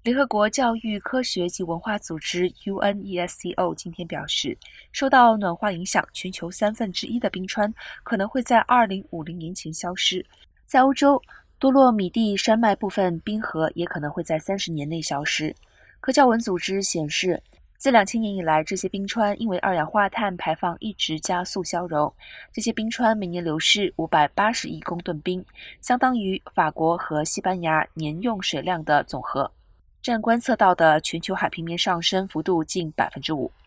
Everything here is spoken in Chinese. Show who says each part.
Speaker 1: 联合国教育、科学及文化组织 UNESCO 今天表示，受到暖化影响，全球1/3的冰川可能会在2050年前消失。在欧洲，多洛米蒂山脉部分冰河也可能会在30年内消失。科教文组织显示，自2000年以来，这些冰川因为二氧化碳排放一直加速消融。这些冰川每年流失580亿公吨冰，相当于法国和西班牙年用水量的总和，占观测到的全球海平面上升幅度近5%。